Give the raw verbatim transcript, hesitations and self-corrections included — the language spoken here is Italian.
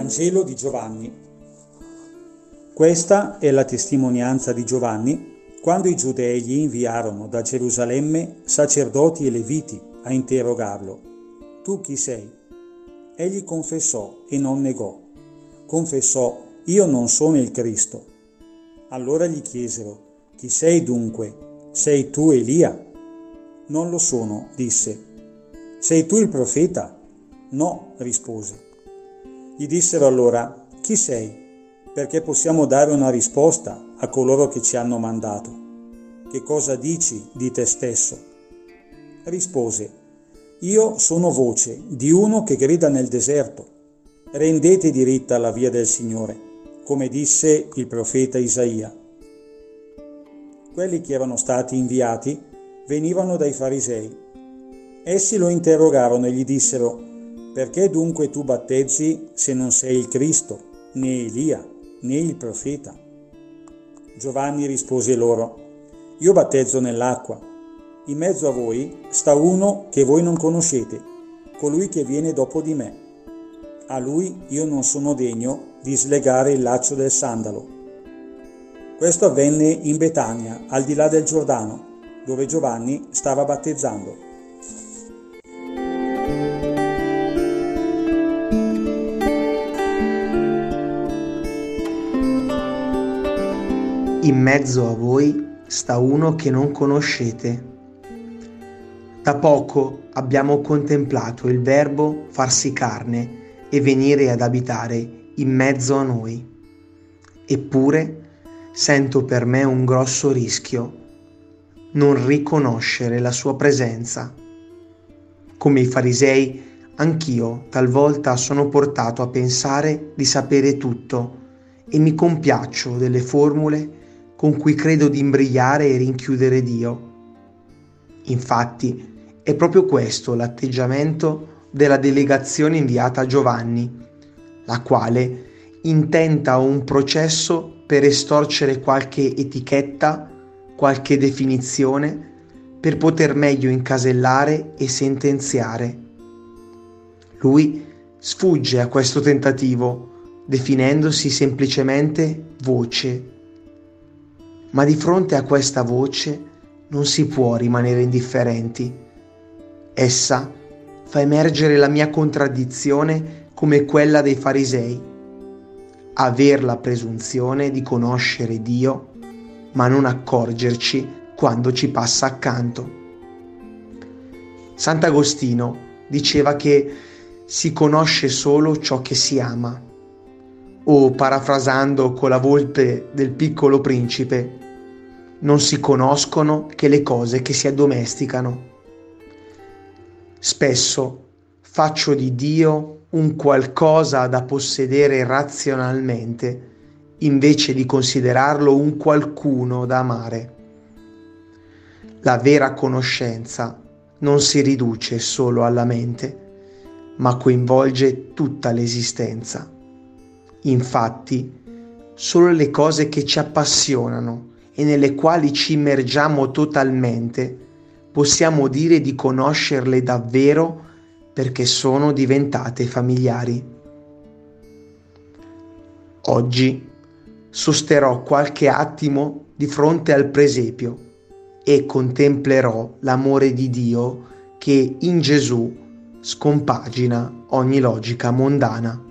Vangelo di Giovanni. Questa è la testimonianza di Giovanni quando i giudei gli inviarono da Gerusalemme sacerdoti e leviti a interrogarlo. Tu chi sei? Egli confessò e non negò. Confessò: io non sono il Cristo. Allora gli chiesero: chi sei dunque? Sei tu Elia? Non lo sono, disse. Sei tu il profeta? No, rispose. Gli dissero allora: chi sei? Perché possiamo dare una risposta a coloro che ci hanno mandato. Che cosa dici di te stesso? Rispose: io sono voce di uno che grida nel deserto: rendete diritta la via del Signore, come disse il profeta Isaia. Quelli che erano stati inviati venivano dai farisei. Essi lo interrogarono e gli dissero: perché dunque tu battezzi se non sei il Cristo, né Elia, né il profeta? Giovanni rispose loro: io battezzo nell'acqua. In mezzo a voi sta uno che voi non conoscete, colui che viene dopo di me. A lui io non sono degno di slegare il laccio del sandalo. Questo avvenne in Betania, al di là del Giordano, dove Giovanni stava battezzando. In mezzo a voi sta uno che non conoscete. Da poco abbiamo contemplato il Verbo farsi carne e venire ad abitare in mezzo a noi. Eppure sento per me un grosso rischio: non riconoscere la sua presenza. Come i farisei, anch'io talvolta sono portato a pensare di sapere tutto e mi compiaccio delle formule con cui credo di imbrigliare e rinchiudere Dio. Infatti, è proprio questo l'atteggiamento della delegazione inviata a Giovanni, la quale intenta un processo per estorcere qualche etichetta, qualche definizione, per poter meglio incasellare e sentenziare. Lui sfugge a questo tentativo, definendosi semplicemente voce. Ma di fronte a questa voce non si può rimanere indifferenti. Essa fa emergere la mia contraddizione come quella dei farisei: aver la presunzione di conoscere Dio, ma non accorgerci quando ci passa accanto. Sant'Agostino diceva che si conosce solo ciò che si ama, o, parafrasando con la volpe del Piccolo Principe, non si conoscono che le cose che si addomesticano. Spesso faccio di Dio un qualcosa da possedere razionalmente, invece di considerarlo un qualcuno da amare. La vera conoscenza non si riduce solo alla mente, ma coinvolge tutta l'esistenza. Infatti, solo le cose che ci appassionano e nelle quali ci immergiamo totalmente possiamo dire di conoscerle davvero, perché sono diventate familiari. Oggi sosterrò qualche attimo di fronte al presepio e contemplerò l'amore di Dio che in Gesù scompagina ogni logica mondana.